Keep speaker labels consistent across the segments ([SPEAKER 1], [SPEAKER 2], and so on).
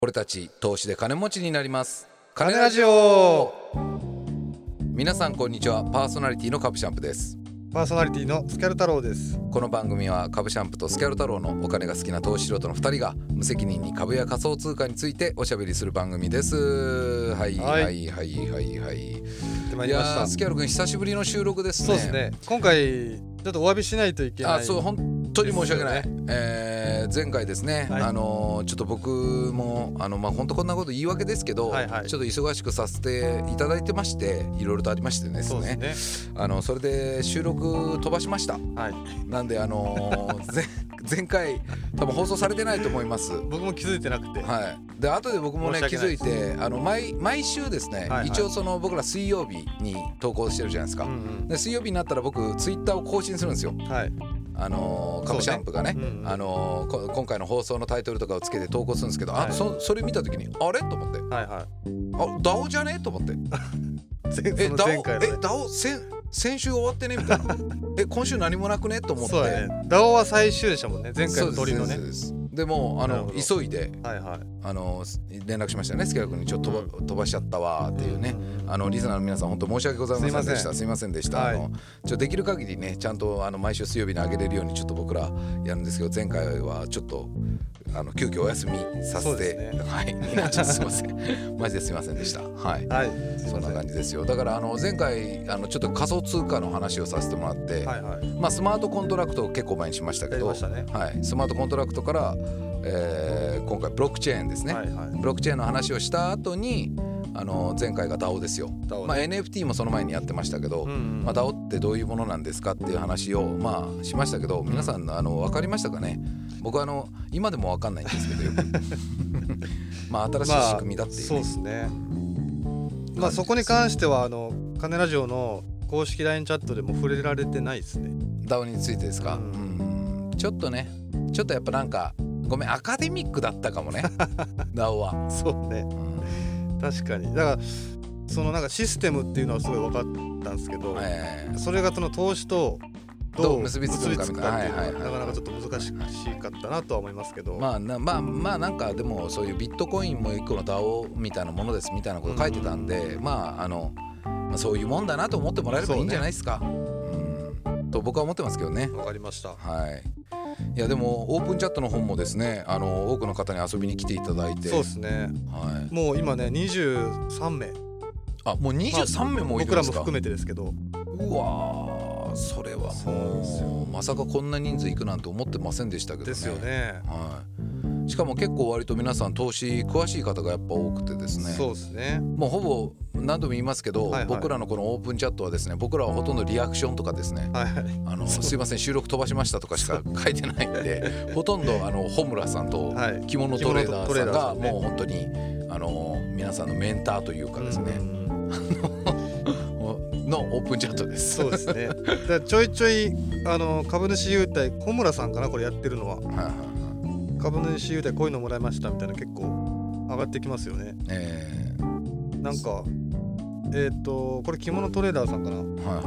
[SPEAKER 1] 俺たち投資で金持ちになります。金ラジオ。皆さんこんにちは。パーソナリティのカブシャンプです。
[SPEAKER 2] パーソナリティのスキャル太郎です。
[SPEAKER 1] この番組はカブシャンプとスキャル太郎のお金が好きな投資素人の2人が無責任に株や仮想通貨についておしゃべりする番組です。はいはいはいはいはい。いやスキャル君久しぶりの収録ですね。
[SPEAKER 2] そうですね。今回ちょっとお詫びしないといけない。
[SPEAKER 1] そう本当に申し訳ない。前回ですね、はい、ちょっと僕も本当こんなこと言い訳ですけど、はいはい、ちょっと忙しくさせていただいてまして、いろいろとありましてですね、それで収録飛ばしました。はい、なんで前回多分放送されてないと思います。
[SPEAKER 2] 僕も気づいてなくて、
[SPEAKER 1] はい、で後で僕もね気づいて毎週ですね、はいはい、一応僕ら水曜日に投稿してるじゃないですか、うんうん、で水曜日になったら僕ツイッターを更新するんですよ。はい、カブシャンプがね、今回の放送のタイトルとかをつけて投稿するんですけど、はい、それ見た時にあれと思って、はいはい、ダオじゃねと思ってダオ先週終わってねみたいな今週何もなくねと思って。
[SPEAKER 2] そうだね、ダオは最終でしたもんね、前回の鳥のね。
[SPEAKER 1] でも急いで、はいはい、連絡しましたね。スキャル君にちょっと飛ばしちゃったわっていうね、リスナーの皆さん本当申し訳ございませんでした。すいませんでした。はい、できる限りねちゃんと毎週水曜日に上げれるようにちょっと僕らやるんですけど、前回はちょっと急遽お休みさせて、ね、はい、ちょっとすいませんマジですいませんでした。はい、はい、そんな感じですよ。だから前回ちょっと仮想通貨の話をさせてもらって、はいはい、スマートコントラクトを結構前にしましたけど、ね、はい、スマートコントラクトから、今回ブロックチェーンですね、はいはい、ブロックチェーンの話をした後に前回が DAO ですよ。NFT もその前にやってましたけど、DAO ってどういうものなんですかっていう話をしましたけど、皆さん分かりましたかね。僕は今でも分かんないんですけどよく新しい仕組みだっていう、ね、
[SPEAKER 2] そうですね。そこに関しては金ラジオの公式 LINE チャットでも触れられてないですね。
[SPEAKER 1] DAO についてですか。ちょっとやっぱなんかごめんアカデミックだったかもねDAO は。
[SPEAKER 2] そうね、確かに。だからなんかシステムっていうのはすごい分かったんですけど、それがその投資とどう結びつくかっていうのはなかなかちょっと難しかったなとは思いますけど、
[SPEAKER 1] なんかでもそういうビットコインも一個の DAO みたいなものですみたいなこと書いてたんで、そういうもんだなと思ってもらえればいいんじゃないですか、と僕は思ってますけどね。
[SPEAKER 2] わかりました。
[SPEAKER 1] はい。いやでもオープンチャットの本もですね、多くの方に遊びに来ていただいて。
[SPEAKER 2] そうですね、はい、もう今ね23名。
[SPEAKER 1] もう23名もいるんですか。
[SPEAKER 2] 僕らも含めてですけど。
[SPEAKER 1] うわー、それはもうまさかこんな人数いくなんて思ってませんでしたけどね。
[SPEAKER 2] ですよね。
[SPEAKER 1] はい、しかも結構割と皆さん投資詳しい方がやっぱ多くてですね。
[SPEAKER 2] そうですね。
[SPEAKER 1] もうほぼ何度も言いますけど、僕らのこのオープンチャットはですね、僕らはほとんどリアクションとかですね、すいません収録飛ばしましたとかしか書いてないんでほとんど穂村さんと着物トレーダーさんがもう本当に皆さんのメンターというかですねのオープンチャットです。
[SPEAKER 2] そうですね。だちょいちょい株主優待穂村さんかなこれやってるのは、株主優待こういうのもらいましたみたいな結構上がってきますよね。なんかこれ着物トレーダーさんかな、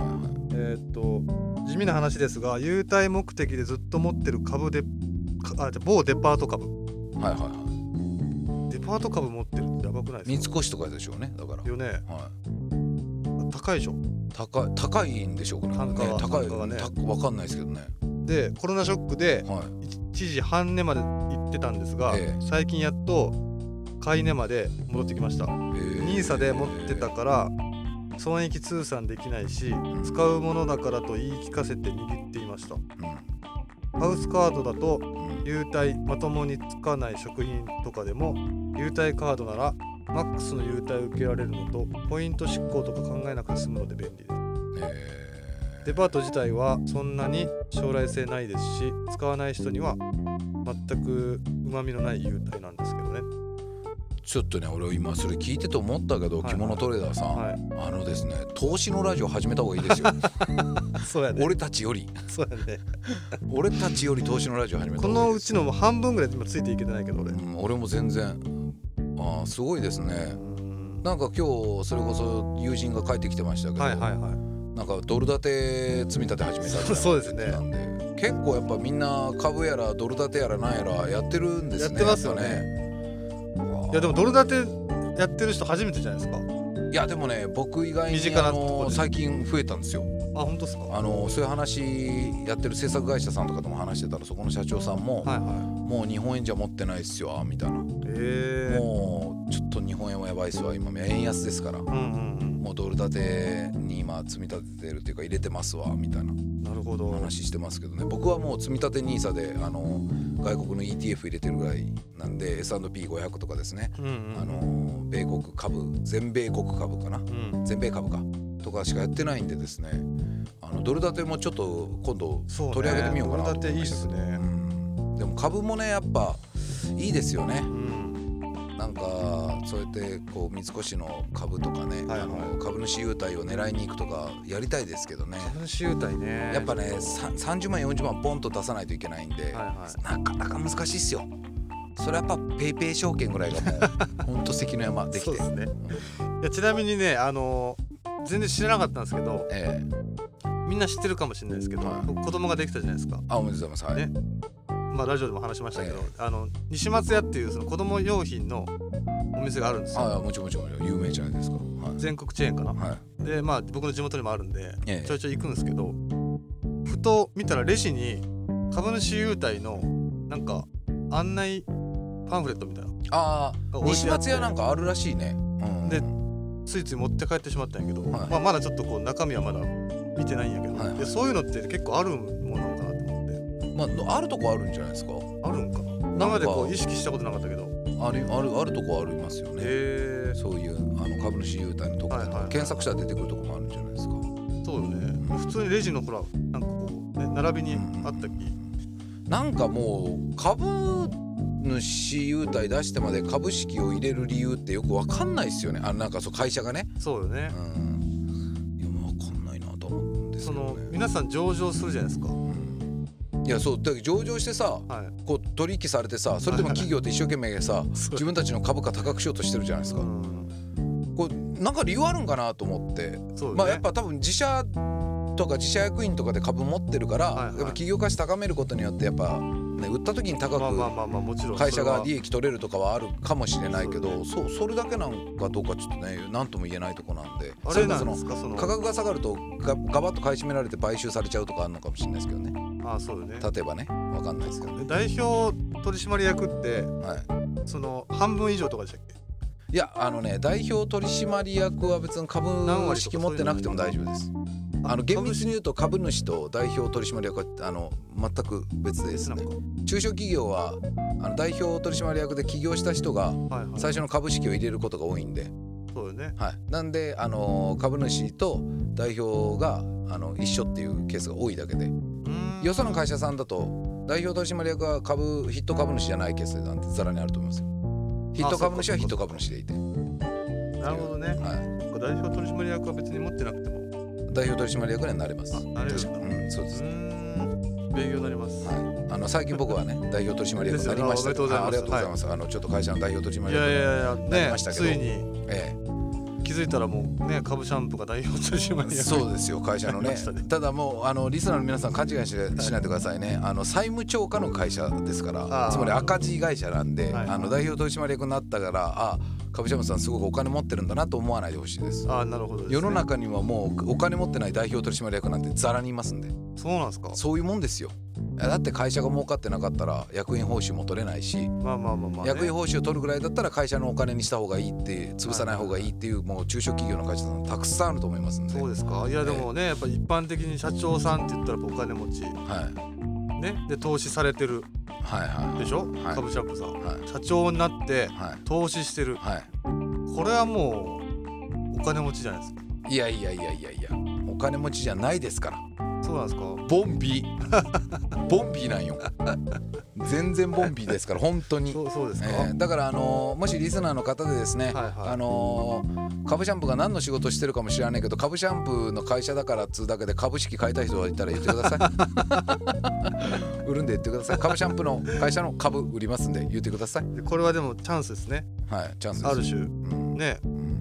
[SPEAKER 2] 地味な話ですが優待目的でずっと持ってる株で某デパート株、デパート株持ってるってやばくないですか。
[SPEAKER 1] 三越とかでしょうね。だから
[SPEAKER 2] よね、高いでしょ。
[SPEAKER 1] 高いんでしょうかね。高いがね分かんないですけどね。で
[SPEAKER 2] コロナショックで一時半値まで行ってたんですが、最近やっと買い値まで戻ってきました。NISA で持ってたから損益通算できないし、使うものだからと言い聞かせて握っていました。ハウスカードだと優待まともにつかない食品とかでも優待カードならマックスの優待を受けられるのとポイント執行とか考えなくて済むので便利です。デパート自体はそんなに将来性ないですし、使わない人には全く旨味のない優待なんですけどね。
[SPEAKER 1] ちょっとね俺今それ聞いてて思ったけど、着物トレーダーさん、ですね投資のラジオ始めた方がいいですよ
[SPEAKER 2] そうやね。
[SPEAKER 1] 俺たちより
[SPEAKER 2] そうやね
[SPEAKER 1] 俺たちより投資のラジオ始めた方がいいです。
[SPEAKER 2] このうちの半分ぐらい今ついていけてないけど
[SPEAKER 1] 俺も全然すごいですね。なんか今日それこそ友人が帰ってきてましたけど、なんかドル建て積み立て始めたって
[SPEAKER 2] そうですね。
[SPEAKER 1] 結構やっぱみんな株やらドル建てやらなんやらやってるんですね。
[SPEAKER 2] やってますよね。 いやでもドル建てやってる人初めてじゃないですか。
[SPEAKER 1] いやでもね、僕以外に最近増えたんですよ。
[SPEAKER 2] あ、本当ですか。
[SPEAKER 1] そういう話やってる制作会社さんとかとも話してたら、そこの社長さんも、もう日本円じゃ持ってないっすよみたいな。もうちょっと日本円はやばいっすわ、今円安ですから、もうドル建てに今積み立ててるっていうか入れてますわみたいな話してますけどね。僕はもう積み立て NISA で外国の ETF 入れてるぐらいなんで S&P500 とかですね、米国株、全米国株かな、全米株かとかしかやってないんでですね、ドル建てもちょっと今度取り上げてみようかなと思いました。ドル建ていいですね。でも株もねやっぱいいですよね。なんかそうやってこう三越の株とかね、株主優待を狙いに行くとかやりたいですけどね。
[SPEAKER 2] 株主優待ね、
[SPEAKER 1] やっぱね30万40万ポンと出さないといけないんで、なかなか難しいっすよ。それはやっぱペイペイ証券ぐらいがもうほんと関の山できて。そうですね。
[SPEAKER 2] いやちなみにね全然知らなかったんですけど、みんな知ってるかもしれないですけど、子供ができたじゃないですか。
[SPEAKER 1] あ、おめでとうございます。
[SPEAKER 2] ね、まあラジオでも話しましたけど、西松屋っていうその子供用品のお店があるんですよ。
[SPEAKER 1] もちろん有名じゃないですか。
[SPEAKER 2] 全国チェーンかな。でまあ僕の地元にもあるんでちょいちょい行くんですけど、ふと見たらレジに株主優待のなんか案内パンフレットみたいな。
[SPEAKER 1] 西松屋なんかあるらしいね。
[SPEAKER 2] でついつい持って帰ってしまったんやけど、まだちょっとこう中身はまだ見てないんやけど、でそういうのって結構あるものかなと思って。あ
[SPEAKER 1] るとこあるんじゃないですか。
[SPEAKER 2] あるんかな。今までこう意識したことなかったけど、
[SPEAKER 1] あるとこありますよね。そういう株主優待のところとか検索したら出てくるとこもあるんじゃないですか。
[SPEAKER 2] そうよね。普通にレジのほらなんかこう、ね、並びにあったき、
[SPEAKER 1] なんかもう株主優待出してまで株式を入れる理由ってよく分かんないですよね。なんか会社がね。
[SPEAKER 2] そうよね。
[SPEAKER 1] いや分かんないなと思うんですけどね。
[SPEAKER 2] 皆さん上場するじゃないですか。
[SPEAKER 1] いやそうだけど上場してさ、こう取引されてさ、それでも企業って一生懸命さ自分たちの株価高くしようとしてるじゃないですか。こうなんか理由あるんかなと思って、まあやっぱ多分自社とか自社役員とかで株持ってるから、やっぱ企業価値高めることによってやっぱね、売った時に高く会社が利益取れるとかはあるかもしれないけど、それだけなんかどうかちょっとね何とも言えないとこなんで、
[SPEAKER 2] あれなんですか、
[SPEAKER 1] 価格が下がるとガバッと買い占められて買収されちゃうとかあるのかもしれないですけどね。
[SPEAKER 2] そうよね。
[SPEAKER 1] 例えばね、分かんないですけどね。
[SPEAKER 2] 代表取締役って、その半分以上とかでしたっけ？
[SPEAKER 1] いや代表取締役は別に株式持ってなくても大丈夫です。厳密に言うと株主と代表取締役は全く別ですね。中小企業は代表取締役で起業した人が最初の株式を入れることが多いんで、
[SPEAKER 2] そうよね。
[SPEAKER 1] なんで株主と代表が一緒っていうケースが多いだけで、よその会社さんだと代表取締役はヒット株主じゃないケースなんてざらにあると思いますよ。ヒット株主はヒット株主でいて。
[SPEAKER 2] なるほどね。代表取締役は別に持ってなくても
[SPEAKER 1] 代表取締役にはなれます。
[SPEAKER 2] なれるんだ。
[SPEAKER 1] そうです。
[SPEAKER 2] 勉強になります。
[SPEAKER 1] 最近僕はね代表取締役になりました。ありがとうございます。ちょっと会社の代表取締役になりましたけど、
[SPEAKER 2] ついに気づいたらもうね株シャンプーが代表取締役。
[SPEAKER 1] そうですよ、会社のね。ただもうリスナーの皆さん勘違いしないでくださいね。債務超過の会社ですから、つまり赤字会社なんで、代表取締役になったから株シャンプーさんすごくお金持ってるんだなと思わないでほしいです。
[SPEAKER 2] なるほどですね。
[SPEAKER 1] 世の中にはもうお金持ってない代表取締役なんてザラにいますんで。
[SPEAKER 2] そうなんですか。
[SPEAKER 1] そういうもんですよ。だって会社が儲かってなかったら役員報酬も取れないし、役員報酬を取るぐらいだったら会社のお金にした方がいいって潰さない方がいいっていうもう中小企業の会社さんたくさんあると思いますんで。
[SPEAKER 2] そうですか。いやでもねやっぱり一般的に社長さんって言ったらお金持ち、ね、で投資されてるでしょ、株シャンプーさん、社長になって投資してる、これはもうお金持ちじゃないですか。
[SPEAKER 1] いやお金持ちじゃないですから。
[SPEAKER 2] そうなんですか。
[SPEAKER 1] ボンビーなんよ。全然ボンビーですから本当に。
[SPEAKER 2] そうですか。
[SPEAKER 1] だからもしリスナーの方でですね、株シャンプーが何の仕事してるかも知らないけど株シャンプーの会社だからっつうだけで株式買いたい人がいたら言ってください。売るんで言ってください。株シャンプーの会社の株売りますんで言ってください。
[SPEAKER 2] これはでもチャンスですね。
[SPEAKER 1] チャンスです。
[SPEAKER 2] ある種、ね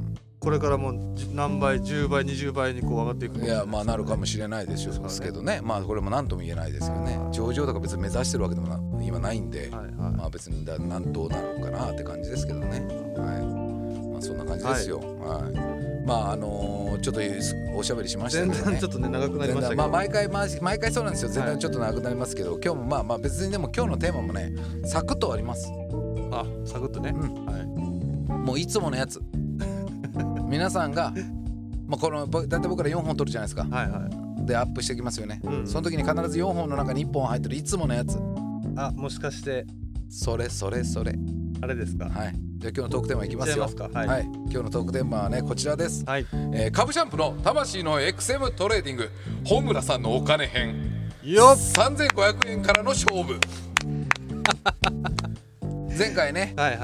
[SPEAKER 2] これからもう何倍10倍20倍にこう上がっていく、
[SPEAKER 1] いやまあなるかもしれないですよですけどね、まあこれも何とも言えないですよね。上場とか別に目指してるわけでも今ないんで、まあ別に何どうなるのかなって感じですけどね。はい、まあそんな感じですよ。はい、まあちょっとおしゃべりしましたけどね。
[SPEAKER 2] 全然ちょっとね長くなりましたけど、
[SPEAKER 1] まあ毎回そうなんですよ。全然ちょっと長くなりますけど、今日もまあ別にでも今日のテーマもねサクッと終わります。
[SPEAKER 2] あ、サクッとね。はい。
[SPEAKER 1] もういつものやつ。皆さんが、まあ、このだいたい僕ら4本撮るじゃないですか。はいはい。でアップしていきますよね。その時に必ず4本の中に1本入ってるいつものやつ。
[SPEAKER 2] あ、もしかして
[SPEAKER 1] それ
[SPEAKER 2] あれですか。
[SPEAKER 1] はい。じゃあ今日のトークテーマいきますよ。はい。今日のトークテーマはねこちらです。はい。株シャンプの魂の XM トレーディング本村さんのお金編よっ3500円からの勝負。前回ね、はい、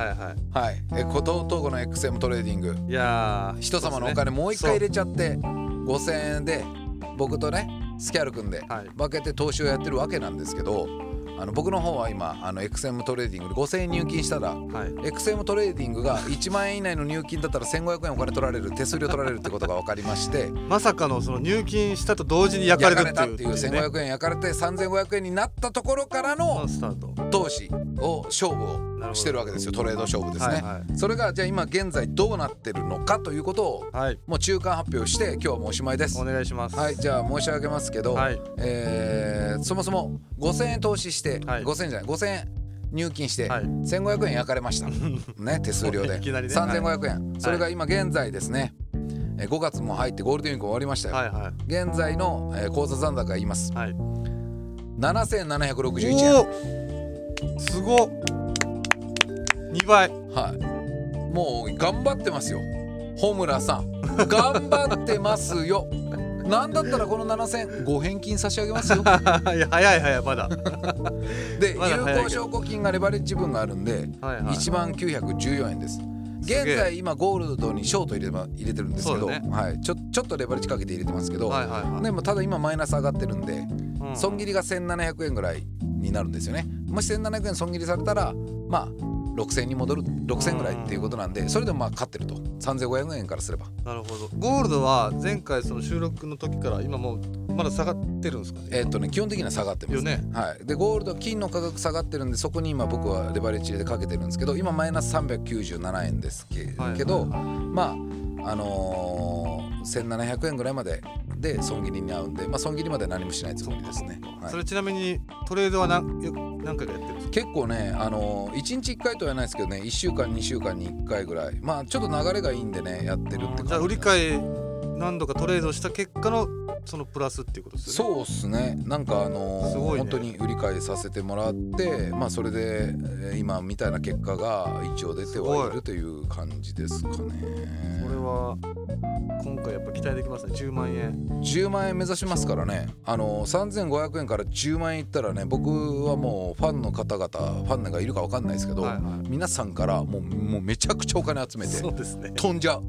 [SPEAKER 1] ことこの XM トレーディング、いや人様のお金もう一回入れちゃって5000円で僕とねスキャル君で分けて投資をやってるわけなんですけど、僕の方は今XM トレーディングで5000円入金したら、XM トレーディングが1万円以内の入金だったら1500円お金取られる、手数料取られるってことが分かりまして
[SPEAKER 2] まさかのその入金したと同時に焼かれるっていう、
[SPEAKER 1] 1500円焼かれて3500円になったところからの投資を勝負をしてるわけですよ。トレード勝負ですね。それがじゃあ今現在どうなってるのかということをもう中間発表して今日はもうおしまいです。
[SPEAKER 2] お願いします。
[SPEAKER 1] はい、じゃあ申し上げますけど、そもそも5000円投資して、5000円入金して、1500円焼かれましたね、手数料で3500円、それが今現在ですね、5月も入ってゴールデンウィーク終わりましたよ。現在の口座残高が言います、7761円。
[SPEAKER 2] すごっ、2倍。
[SPEAKER 1] はい、もう頑張ってますよ穂村さん、頑張ってますよ。なんだったらこの7000ご返金差し上げますよ。
[SPEAKER 2] いや早いまだ
[SPEAKER 1] で有効証拠金がレバレッジ分があるんで1万914円です。現在今ゴールドにショート入れてるんですけど、はい、ちょっとレバレッジかけて入れてますけど、でもただ今マイナス上がってるんで、損切りが1700円ぐらいになるんですよね。もし1700円損切りされたらまあ6000に戻る、6000ぐらいっていうことなんで、それでもまあ勝ってると、3500円からすれば。
[SPEAKER 2] なるほど。ゴールドは前回その収録の時から今もうまだ下がってるんですかね。
[SPEAKER 1] 基本的には下がってますね。はい。でゴールド金の価格下がってるんで、そこに今僕はレバレッジでかけてるんですけど、今マイナス397円ですけど、まあ1700円ぐらいまでで損切りに合うんで、まあ損切りまで何もしないつもりですね。
[SPEAKER 2] それちなみにトレードは何回かやってるんですか。
[SPEAKER 1] 結構ね、1日1回とは言わないですけどね、1週間2週間に1回ぐらい、まあちょっと流れがいいんでねやってるって感じ。
[SPEAKER 2] じゃあ売り買い何度かトレードした結果のそのプラスっていうことですよね。
[SPEAKER 1] そうですね。なんかすごい、ね、本当に売り買いさせてもらって、まあそれで今みたいな結果が一応出てはいるという感じですかね。
[SPEAKER 2] これは今回やっぱ期待できますね。10万円
[SPEAKER 1] 目指しますからね。3500円から10万円いったらね、僕はもうファンの方々、ファンがいるか分かんないですけど、皆さんからもうめちゃくちゃお金集めて、そうですね、飛んじゃう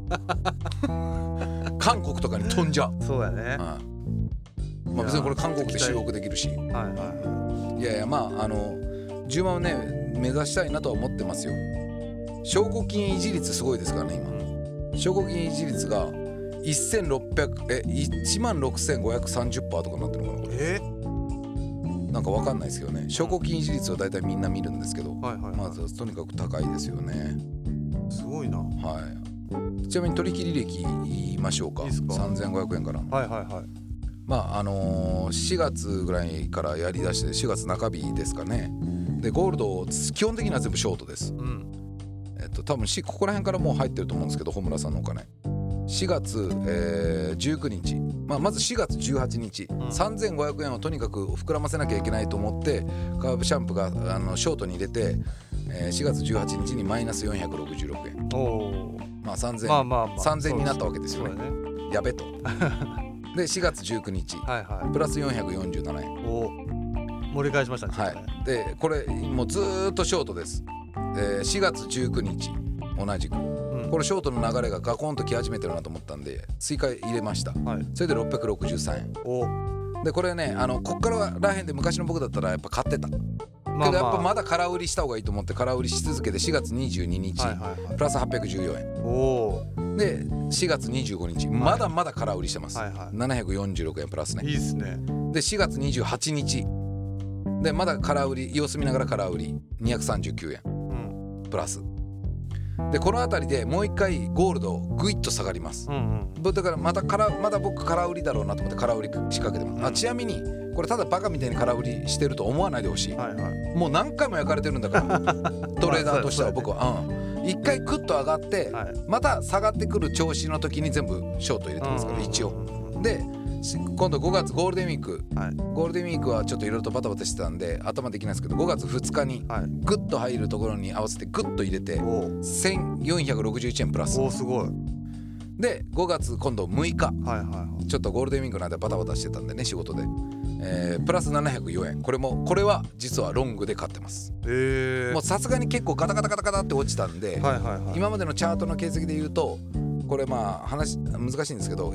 [SPEAKER 1] 韓国とかに飛んじゃう。
[SPEAKER 2] そうやね。
[SPEAKER 1] まあ別にこれ韓国で収録できるし、いやいや、まあ10万をね目指したいなとは思ってますよ。証拠金維持率すごいですからね今。証拠金維持率が16530% とかになってるのかなこれ。なんかわかんないですけどね。証拠金維持率はだいたいみんな見るんですけど、まずとにかく高いですよね。
[SPEAKER 2] すごいな。
[SPEAKER 1] はい。ちなみに取引履歴言いましょうか。いいですか。3500円から。まあ4月ぐらいからやりだして4月中日ですかね。でゴールド基本的には全部ショートです。多分ここら辺からもう入ってると思うんですけど、穂村さんのお金4月、19日、まず4月18日、3500円をとにかく膨らませなきゃいけないと思ってカーブシャンプがショートに入れて、4月18日にマイナス466円、まあ3000になったわけですよね。やべとで4月19日、プラス447円
[SPEAKER 2] 盛り返しましたね。
[SPEAKER 1] でこれもうずっとショートです。4月19日同じく、これショートの流れがガコンと来始めてるなと思ったんで追加入れました。それで663円で、これねこっかららへんで昔の僕だったらやっぱ買ってた。 けどやっぱまだ空売りした方がいいと思って空売りし続けて4月22日、プラス814円で4月25日まだまだ空売りしてます、746円プラスね。
[SPEAKER 2] いいですね。
[SPEAKER 1] で4月28日でまだ空売り様子見ながら空売り239円、プラスでこの辺りでもう一回ゴールドグイッと下がります、だからまだ僕空売りだろうなと思って空売り仕掛けてます、ちなみにこれただバカみたいに空売りしてると思わないでほしい、もう何回も焼かれてるんだからトレーダーとしては僕は、一回クッと上がって、また下がってくる調子の時に全部ショート入れてますから、一応で今度5月ゴールデンウィーク、ゴールデンウィークはちょっといろいろとバタバタしてたんで頭できないですけど5月2日にグッと入るところに合わせてグッと入れて1461円プラス。
[SPEAKER 2] おすごい。
[SPEAKER 1] で5月今度6日、ちょっとゴールデンウィークの間バタバタしてたんでね仕事で、プラス704円。これは実はロングで買ってます。もうさすがに結構ガタガタガタガタって落ちたんで、今までのチャートの形跡で言うとこれまあ話難しいんですけど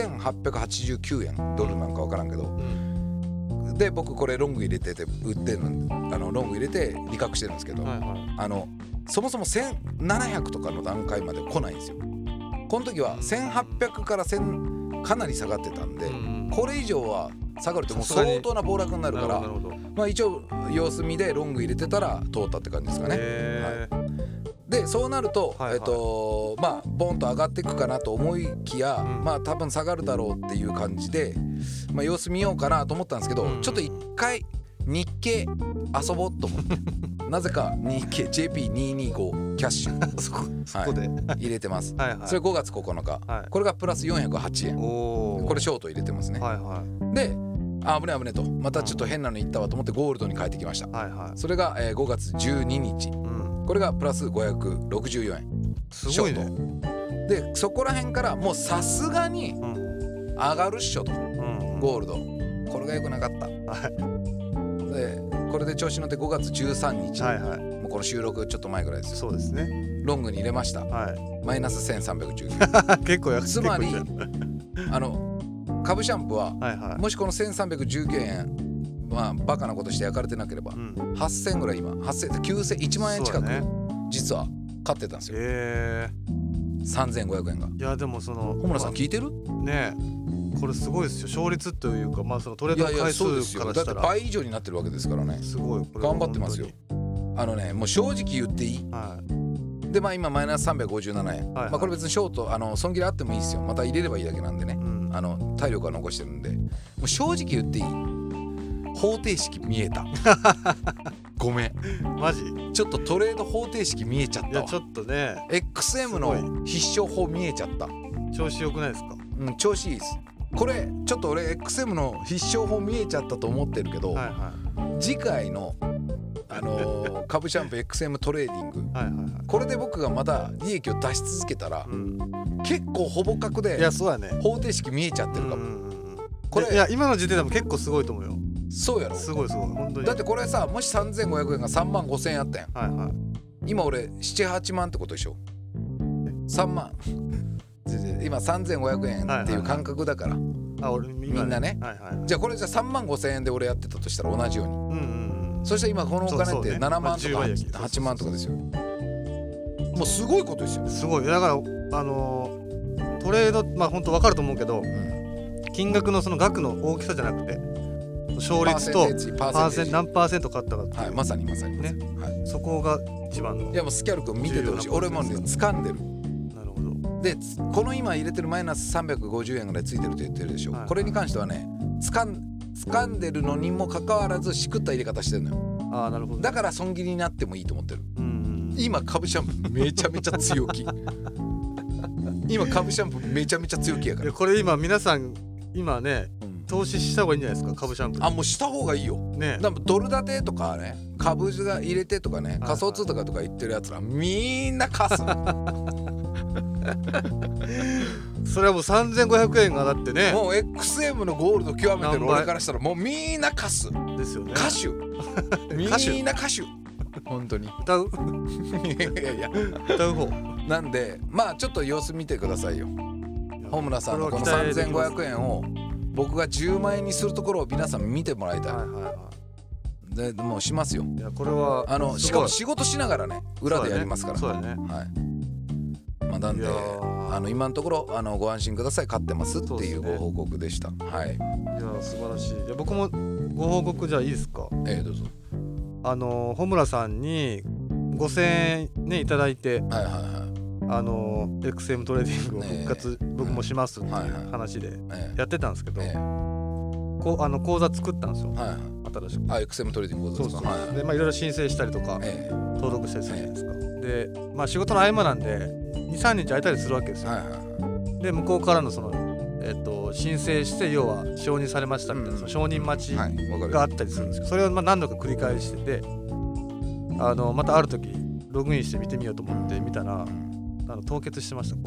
[SPEAKER 1] 1889円ドルなんか分からんけど、で僕これロング入れてて売ってるのロング入れて利確してるんですけど、そもそも1700とかの段階まで来ないんですよ。この時は1800から1000かなり下がってたんで、これ以上は下がるともう相当な暴落になるから、まあ一応様子見でロング入れてたら通ったって感じですかね。でそうなると、まあボンと上がっていくかなと思いきや、まあ多分下がるだろうっていう感じで、まあ、様子見ようかなと思ったんですけど、ちょっと一回日経遊ぼうと思ってなぜか日経 JP225 キャッシュ
[SPEAKER 2] そこで
[SPEAKER 1] 入れてます。それ5月9日、これがプラス408円、これショート入れてますね。で危ねとまたちょっと変なのいったわと思ってゴールドに変えてきました。それが5月12日、これがプラス564円、
[SPEAKER 2] すごいね。
[SPEAKER 1] でそこら辺からもうさすがに上がるっしょと、ゴールドこれが良くなかった、でこれで調子乗って5月13日、もうこの収録ちょっと前ぐらいです。
[SPEAKER 2] そうですね。
[SPEAKER 1] ロングに入れました、マイナス1319円
[SPEAKER 2] 結構安い。
[SPEAKER 1] つまり株シャンプーは、もしこの1319円まあバカなことして焼かれてなければ、8000ぐらい今8000、9000、1万円近く実は買ってたんですよ。3500円が。
[SPEAKER 2] いやでもその
[SPEAKER 1] 小村さん聞いてる？ね
[SPEAKER 2] え、これすごいですよ。勝率というか、まあそのトレード回数からしたら
[SPEAKER 1] だって倍以上になってるわけですからね。
[SPEAKER 2] すごい
[SPEAKER 1] 頑張ってますよ。もう正直言っていい？でまあ今マイナス357円、まあこれ別にショート損切りあってもいいですよ。また入れればいいだけなんでね、体力は残してるんで。もう正直言っていい？方程式見えたごめん
[SPEAKER 2] マジ
[SPEAKER 1] ちょっとトレード方程式見えちゃったわ。
[SPEAKER 2] いやちょっとね
[SPEAKER 1] XM の必勝法見えちゃった。
[SPEAKER 2] 調子良くないですか？
[SPEAKER 1] 調子いいです。これちょっと俺 XM の必勝法見えちゃったと思ってるけど、次回の株シャンプー XM トレーディング、これで僕がまだ利益を出し続けたら、結構ほぼ確で方程式見えちゃってるかも。
[SPEAKER 2] これいや今の時点でも結構すごいと思うよ。
[SPEAKER 1] そうやろ。
[SPEAKER 2] すごい本当に。
[SPEAKER 1] だってこれさ、もし3500円が3万5000円あったやん、今俺7、8万ってことでしょ。3万今3500円っていう感覚だから、みんなね、じゃあこれじゃあ3万5000円で俺やってたとしたら同じように、そしたら今このお金って7万とか8万とかですよ。もうすごいことですよ。
[SPEAKER 2] すごい。だからトレードまあ本当分かると思うけど、金額のその額の大きさじゃなくて勝率と何パーセント勝ったかっていう、
[SPEAKER 1] まさにね、
[SPEAKER 2] そこが一番の。
[SPEAKER 1] いやもうスキャル君見ててほしい。俺もね掴んでる。
[SPEAKER 2] なるほど。
[SPEAKER 1] でこの今入れてるマイナス350円ぐらいついてると言ってるでしょ、これに関してはね掴んでるのにもかかわらずしくった入れ方してるのよ。
[SPEAKER 2] なるほど。
[SPEAKER 1] だから損切りになってもいいと思ってる。今株シャンプーめちゃめちゃ強気今株シャンプーめちゃめちゃ強気やから。
[SPEAKER 2] これ今皆さん今ね、投資した方がいいんじゃないですか、株シャンプー。
[SPEAKER 1] もうした方がいいよ。ね。だからドル建てとかね、株が入れてとかね、仮想通貨とか言ってるやつらみんな貸す。
[SPEAKER 2] それはもう3500円がだってね。
[SPEAKER 1] もう XM のゴールド極めてる俺からしたらもうみんな貸す。
[SPEAKER 2] ですよね。
[SPEAKER 1] 歌手。みんな歌手。本当に。
[SPEAKER 2] 歌う。
[SPEAKER 1] いや
[SPEAKER 2] 歌う方。
[SPEAKER 1] なんでまあちょっと様子見てくださいよ。本村さんのこの3500円を僕が10万円にするところを皆さん見てもらいたい。 でもうしますよ。
[SPEAKER 2] いやこれは
[SPEAKER 1] しかも仕事しながらね裏でやりますから。
[SPEAKER 2] そうだね。
[SPEAKER 1] はい。まあなんで今のところご安心ください、勝ってますっていうご報告でした。はい。い
[SPEAKER 2] や素晴らしい。いや僕もご報告じゃあいいですか。
[SPEAKER 1] どうぞ。
[SPEAKER 2] 穂村さんに5000円ねいただいて、
[SPEAKER 1] はいはいはい。
[SPEAKER 2] XM トレーディングを復活、僕もしますっていう話でやってたんですけど、口座作ったんですよ。
[SPEAKER 1] はいはい。
[SPEAKER 2] 新しく。
[SPEAKER 1] XM トレーディング口座ですか。
[SPEAKER 2] そうそう。でいろいろ申請したりとか、登録したりするじゃないですか。で仕事の合間なんで 2,3 日空いたりするわけですよ。はいはい。で向こうからのその申請して要は承認されましたみたいな、その承認待ちがあったりするんですけど、それを何度か繰り返してて、またある時ログインして見てみようと思って見たら、凍結してました。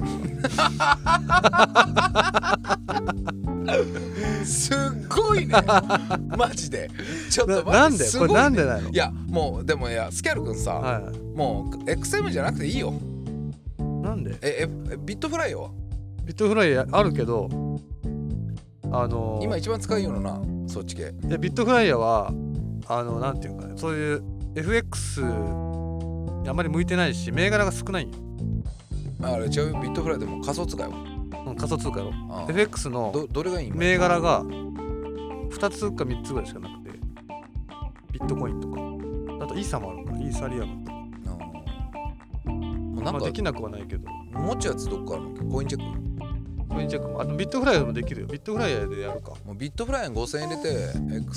[SPEAKER 1] すっごいねマジでちょっと
[SPEAKER 2] なんでこれなんでないの。
[SPEAKER 1] いやもうでもスキャル君さ、はい、もう XM じゃなくていいよ。
[SPEAKER 2] なんで
[SPEAKER 1] ビットフライは
[SPEAKER 2] ビットフライあるけど
[SPEAKER 1] 今一番使いようなそっち系。
[SPEAKER 2] ビットフライヤーはなんていうかね、そういう FX あまり向いてないし銘柄が少ないんよ。
[SPEAKER 1] あれ違う、ビットフライでも仮想通貨よ。
[SPEAKER 2] 仮想通貨やろ。FX の
[SPEAKER 1] どれがいい
[SPEAKER 2] 銘柄が2つか3つぐらいしかなくて、ビットコインとかあとイーサもあるから、イーサリアムとかなんかできなくはないけど。
[SPEAKER 1] 持ちやつどっかあるの？コインチェック
[SPEAKER 2] もビットフライヤーでもできるよ。ビットフライヤーでやるか。
[SPEAKER 1] もうビットフライヤー5000円入れて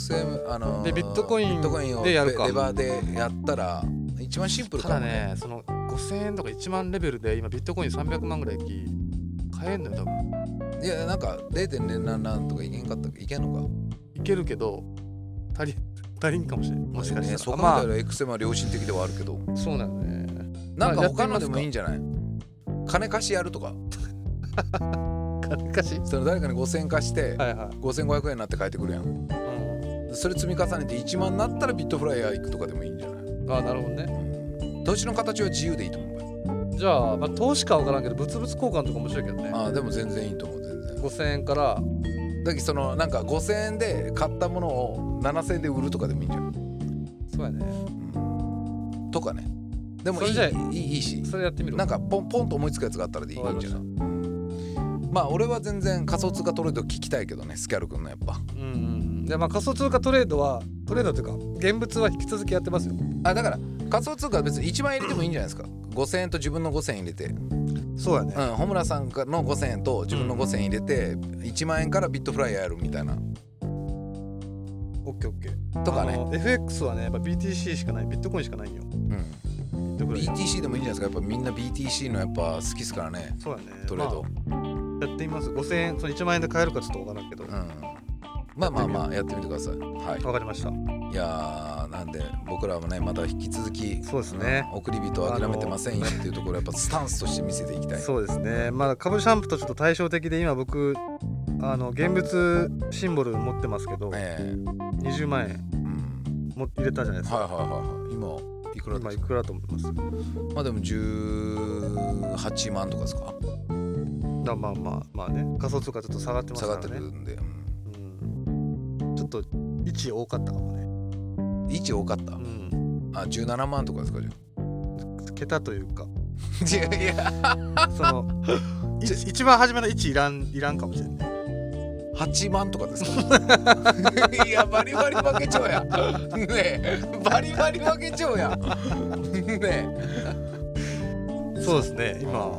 [SPEAKER 1] XM
[SPEAKER 2] でビットコイン
[SPEAKER 1] を
[SPEAKER 2] でやるか。
[SPEAKER 1] レバーでやったら一番シンプルかもね。
[SPEAKER 2] ただね、その5000円とか1万レベルで今ビットコイン300万ぐらい買えんのよ多分。
[SPEAKER 1] いやなんか 0.07 とかいけんかったっけ？いけんのか？
[SPEAKER 2] いけるけど足りんかもしれない。もしかしたら、
[SPEAKER 1] そう考えたら XM は良心的ではあるけど。
[SPEAKER 2] そうなのね。
[SPEAKER 1] なんか他のでもいいんじゃない？金貸しやるとか。
[SPEAKER 2] 金貸し？
[SPEAKER 1] その誰かに5000円貸して、
[SPEAKER 2] はいはい、
[SPEAKER 1] 5500円になって帰ってくるやん。それ積み重ねて1万になったらビットフライヤー行くとかでもいいんじゃない？
[SPEAKER 2] あ、なるほどね。
[SPEAKER 1] 投資の形は自由でいいと思う。
[SPEAKER 2] じゃあ、投資か分からんけど物々交換とか面白いけどね。
[SPEAKER 1] あ、でも全然いいと思う。全然
[SPEAKER 2] 5000円から
[SPEAKER 1] だけど、そのなんか5000円で買ったものを7000円で売るとかでもいいんじゃん。
[SPEAKER 2] そうやね、
[SPEAKER 1] とかね。でもいいし、
[SPEAKER 2] それやってみる。
[SPEAKER 1] なんかポンと思いつくやつがあったらでいいんじゃない？まあ俺は全然仮想通貨トレード聞きたいけどね、スキャル君のやっぱ。
[SPEAKER 2] で仮想通貨トレードというか現物は引き続きやってますよ。
[SPEAKER 1] だから仮想通貨は別に1万円入れてもいいんじゃないですか。5000円と自分の5000円入れて。
[SPEAKER 2] そうやね。
[SPEAKER 1] 穂村さんの5000円と自分の5000円入れて、1万円からビットフライヤーやるみたいな。
[SPEAKER 2] オッケー
[SPEAKER 1] とかね。
[SPEAKER 2] FX はねやっぱ BTC しかない、ビットコインしかないよ。
[SPEAKER 1] BTC でもいいんじゃないですか。やっぱみんな BTC のやっぱ好きですからね。
[SPEAKER 2] そうやね。
[SPEAKER 1] トレード、
[SPEAKER 2] やってみます。5000円、その1万円で買えるかちょっと分からんけど、
[SPEAKER 1] まあやってみてください。はい、
[SPEAKER 2] わかりました。
[SPEAKER 1] いやなんで僕らもねまた引き続き
[SPEAKER 2] そうですね、
[SPEAKER 1] 送り人は諦めてませんよっていうところやっぱスタンスとして見せていきたい。
[SPEAKER 2] そうですね。株シャンプとちょっと対照的で、今僕現物シンボル持ってますけど、20万円入れたじゃないですか。
[SPEAKER 1] 今いくらですか？
[SPEAKER 2] 今いくらと思います？
[SPEAKER 1] まあでも18万とかですか？
[SPEAKER 2] まあね、仮想通貨ちょっと下がってますからね。
[SPEAKER 1] 下がってるんで、
[SPEAKER 2] ちょっと位置多かったかもね。
[SPEAKER 1] 位置多かった？17万とかですか？じゃ
[SPEAKER 2] あ桁というか
[SPEAKER 1] いや
[SPEAKER 2] その一番初めの位置いらんかもしれない。
[SPEAKER 1] 8万とかですか？いやバリバリ負けちゃうやねえ、バリバリ負けちゃうやね
[SPEAKER 2] え。そうですね。今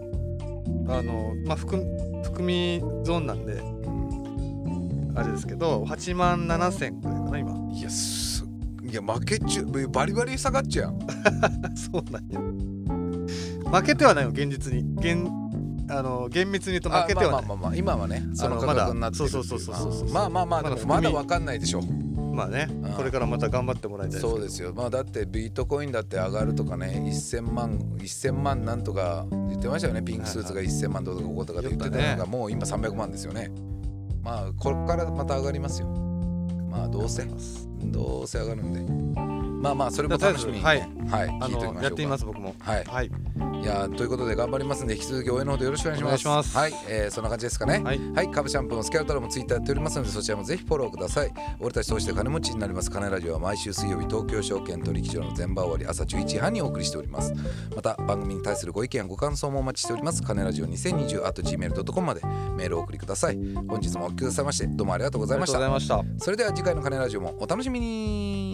[SPEAKER 2] 含みゾーンなんであれですけど、8万7000くらいかな今。
[SPEAKER 1] いや負けちゃう、バリバリ下がっちゃう
[SPEAKER 2] そうなんや。負けてはないよ、現実に。厳密に言うと負けてはない。
[SPEAKER 1] 今はねその価格になってる。そうまあでもまだ分かんないでしょ。
[SPEAKER 2] まあね、これからまた頑張ってもらいたいです。
[SPEAKER 1] そうですよ。だってビートコインだって上がるとかね、1000万なんとか言ってましたよね。ピンクスーツが1000万どうとかこことかで言ってたのがもう今300万ですよね。これからまた上がりますよ。どうせ上がるんで。 まあまあそれも楽しみにね、はい、聞いておきましょうか。
[SPEAKER 2] やってみます僕も。
[SPEAKER 1] はい、はい、いやということで頑張りますんで引き続き応援のほどよろしくお願いします。はい、そんな感じですかね。はい、はい、カブシャンプーもスキャウタロもツイッターやっておりますのでそちらもぜひフォローください。俺たち通して金持ちになります金ラジオは毎週水曜日東京証券取引所の前場終わり朝11時半にお送りしております。また番組に対するご意見やご感想もお待ちしております。金ラジオ2020@gmail.com までメールをお送りください。本日もお聞きくださいましてどうもありがとうございました。
[SPEAKER 2] ありがとうございました。
[SPEAKER 1] それでは次回の金ラジオもお楽しみに。